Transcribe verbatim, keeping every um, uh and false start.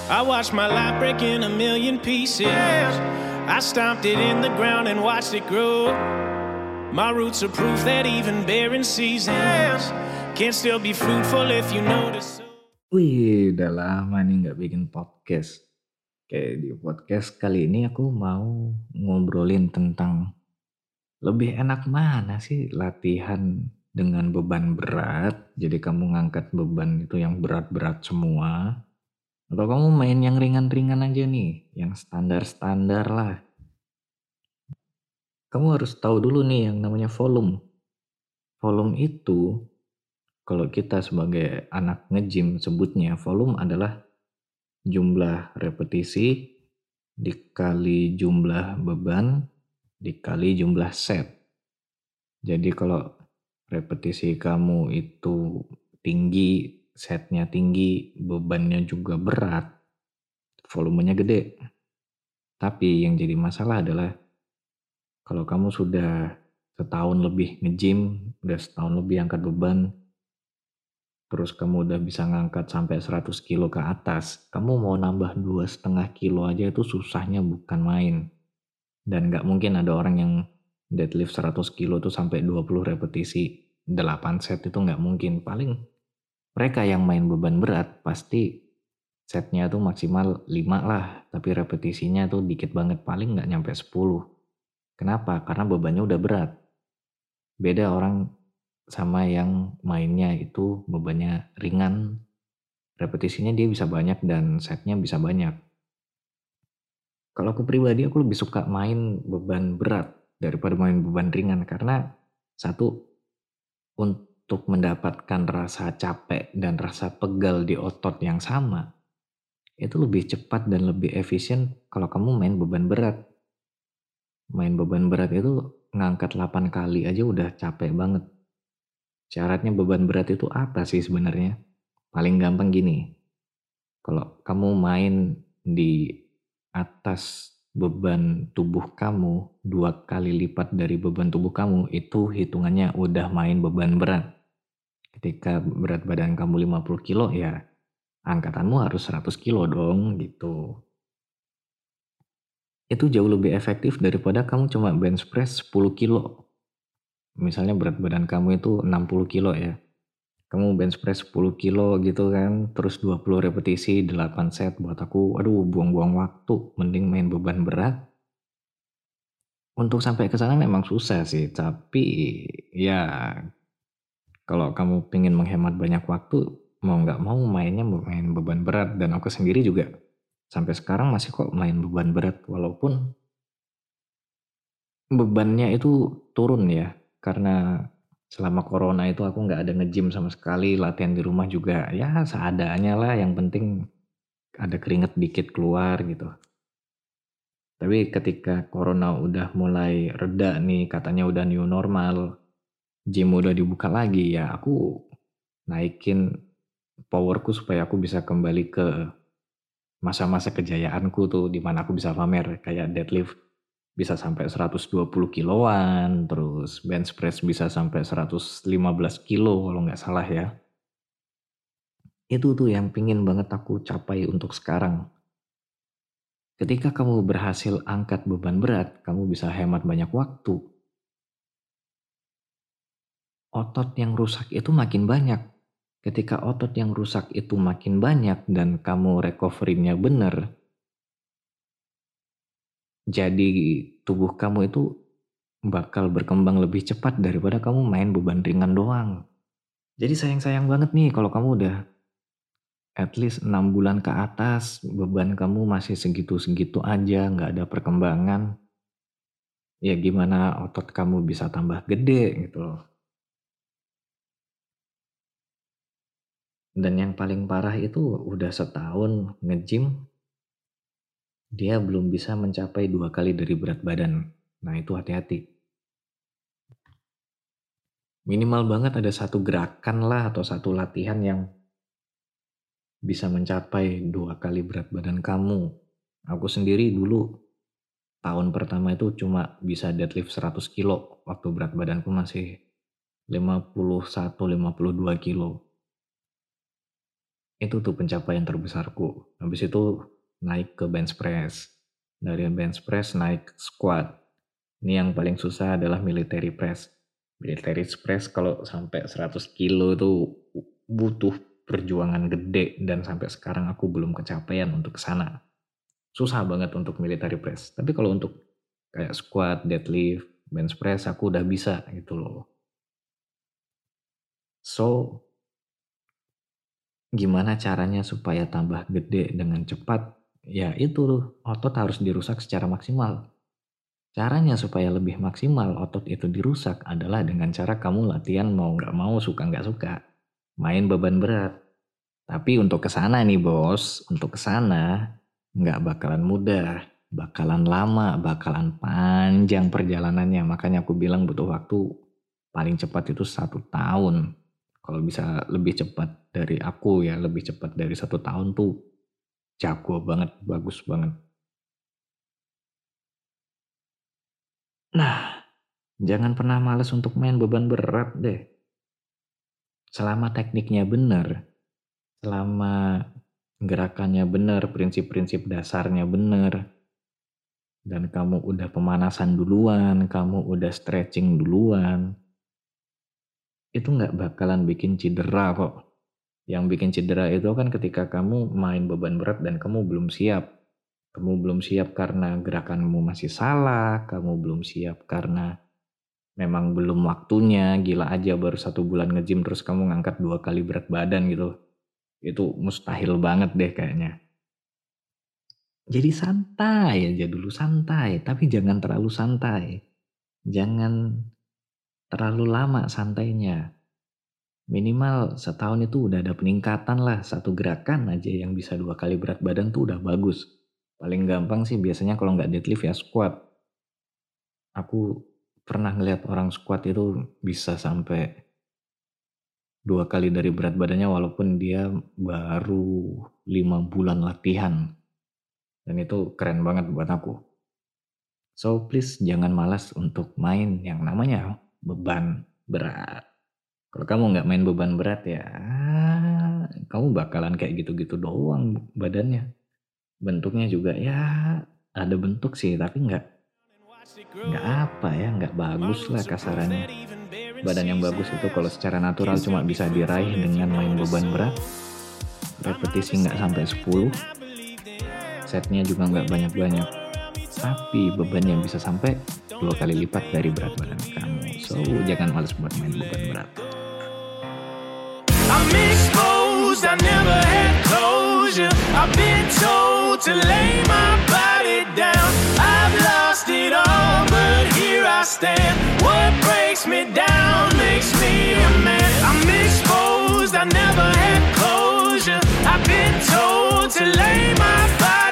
I watched my life break in a million pieces. I stomped it in the ground and watched it grow. My roots are proof that even barren seasons can still be fruitful if you know the soul. Wih, udah lama nih nggak bikin podcast. Kayak di podcast kali ini aku mau ngobrolin tentang lebih enak mana sih latihan dengan beban berat. Jadi kamu ngangkat beban itu yang berat-berat semua. Atau kamu main yang ringan-ringan aja nih, yang standar-standar lah. Kamu harus tahu dulu nih yang namanya volume. Volume itu kalau kita sebagai anak nge-gym sebutnya volume adalah jumlah repetisi dikali jumlah beban dikali jumlah set. Jadi kalau repetisi kamu itu tinggi, setnya tinggi, bebannya juga berat, volumenya gede. Tapi yang jadi masalah adalah kalau kamu sudah setahun lebih nge-gym, udah setahun lebih angkat beban, terus kamu udah bisa ngangkat sampai seratus kilo ke atas, kamu mau nambah dua setengah kilo aja itu susahnya bukan main. Dan gak mungkin ada orang yang deadlift seratus kilo tuh sampai dua puluh repetisi, delapan set itu gak mungkin. Paling mereka yang main beban berat pasti setnya tuh maksimal lima lah, tapi repetisinya tuh dikit banget, paling gak nyampe sepuluh. Kenapa? Karena bebannya udah berat. Beda orang sama yang mainnya itu bebannya ringan, repetisinya dia bisa banyak dan setnya bisa banyak. Kalau aku pribadi aku lebih suka main beban berat daripada main beban ringan karena satu, untuk mendapatkan rasa capek dan rasa pegal di otot yang sama itu lebih cepat dan lebih efisien kalau kamu main beban berat. Main beban berat itu ngangkat delapan kali aja udah capek banget. Syaratnya beban berat itu apa sih sebenarnya? Paling gampang gini, kalau kamu main di atas beban tubuh kamu dua kali lipat dari beban tubuh kamu, itu hitungannya udah main beban berat. Ketika berat badan kamu lima puluh kilo ya angkatanmu harus seratus kilo dong gitu. Itu jauh lebih efektif daripada kamu cuma bench press sepuluh kilo. Misalnya berat badan kamu itu enam puluh kilo ya. Kamu bench press sepuluh kilo gitu kan, terus dua puluh repetisi, delapan set, buat aku, aduh buang-buang waktu, mending main beban berat. Untuk sampai ke sana memang susah sih, tapi ya kalau kamu pengen menghemat banyak waktu, mau nggak mau mainnya main beban berat. Dan aku sendiri juga sampai sekarang masih kok main beban berat, walaupun bebannya itu turun ya, karena selama corona itu aku nggak ada nge-gym sama sekali, latihan di rumah juga ya seadanya lah, yang penting ada keringet dikit keluar gitu. Tapi ketika corona udah mulai reda nih, katanya udah new normal, gym udah dibuka lagi, ya aku naikin powerku supaya aku bisa kembali ke masa-masa kejayaanku tuh, dimana aku bisa pamer kayak deadlift bisa sampai seratus dua puluh kiloan, terus bench press bisa sampai seratus lima belas kilo kalau nggak salah ya. Itu tuh yang pingin banget aku capai untuk sekarang. Ketika kamu berhasil angkat beban berat, kamu bisa hemat banyak waktu. Otot yang rusak itu makin banyak. Ketika otot yang rusak itu makin banyak dan kamu recovery-nya bener, jadi tubuh kamu itu bakal berkembang lebih cepat daripada kamu main beban ringan doang. Jadi sayang-sayang banget nih kalau kamu udah at least enam bulan ke atas, beban kamu masih segitu-segitu aja, nggak ada perkembangan. Ya gimana otot kamu bisa tambah gede gitu loh. Dan yang paling parah itu udah setahun nge-gym, dia belum bisa mencapai dua kali dari berat badan. Nah itu hati-hati. Minimal banget ada satu gerakan lah atau satu latihan yang bisa mencapai dua kali berat badan kamu. Aku sendiri dulu tahun pertama itu cuma bisa deadlift seratus kilo waktu berat badanku masih lima puluh satu lima puluh dua kilo. Itu tuh pencapaian terbesarku. Habis itu naik ke bench press. Dari bench press naik squat. Ini yang paling susah adalah military press. Military press kalau sampai seratus kilo itu butuh perjuangan gede dan sampai sekarang aku belum kecapean untuk kesana. Susah banget untuk military press. Tapi kalau untuk kayak squat, deadlift, bench press aku udah bisa gitu loh. So, gimana caranya supaya tambah gede dengan cepat? Ya itu, otot harus dirusak secara maksimal. Caranya supaya lebih maksimal otot itu dirusak adalah dengan cara kamu latihan mau gak mau, suka gak suka. Main beban berat. Tapi untuk kesana nih bos, untuk kesana gak bakalan mudah. Bakalan lama, bakalan panjang perjalanannya. Makanya aku bilang butuh waktu paling cepat itu satu tahun. Kalau bisa lebih cepat dari aku ya, lebih cepat dari satu tahun tuh jago banget, bagus banget. Nah, jangan pernah malas untuk main beban berat deh. Selama tekniknya benar, selama gerakannya benar, prinsip-prinsip dasarnya benar, dan kamu udah pemanasan duluan, kamu udah stretching duluan, itu gak bakalan bikin cedera kok. Yang bikin cedera itu kan ketika kamu main beban berat dan kamu belum siap. Kamu belum siap karena gerakanmu masih salah, kamu belum siap karena memang belum waktunya. Gila aja baru satu bulan nge-gym terus kamu ngangkat dua kali berat badan gitu. Itu mustahil banget deh kayaknya. Jadi santai aja dulu, santai. Tapi jangan terlalu santai. Jangan terlalu lama santainya. Minimal setahun itu udah ada peningkatan lah. Satu gerakan aja yang bisa dua kali berat badan tuh udah bagus. Paling gampang sih biasanya kalau nggak deadlift ya squat. Aku pernah ngeliat orang squat itu bisa sampai dua kali dari berat badannya walaupun dia baru lima bulan latihan. Dan itu keren banget buat aku. So please jangan malas untuk main yang namanya beban berat. Kalau kamu nggak main beban berat ya kamu bakalan kayak gitu-gitu doang badannya. Bentuknya juga ya ada bentuk sih tapi nggak nggak apa ya nggak bagus lah kasarannya. Badan yang bagus itu kalau secara natural cuma bisa diraih dengan main beban berat. Repetisi nggak sampai sepuluh. Setnya juga nggak banyak-banyak. Tapi beban yang bisa sampai dua kali lipat dari berat badan kamu. So jangan malas buat main beban berat. I'm exposed, I never had closure. I've been told to lay my body down. I've lost it all, but here I stand. What breaks me down makes me a man. I'm exposed, I never had closure. I've been told to lay my body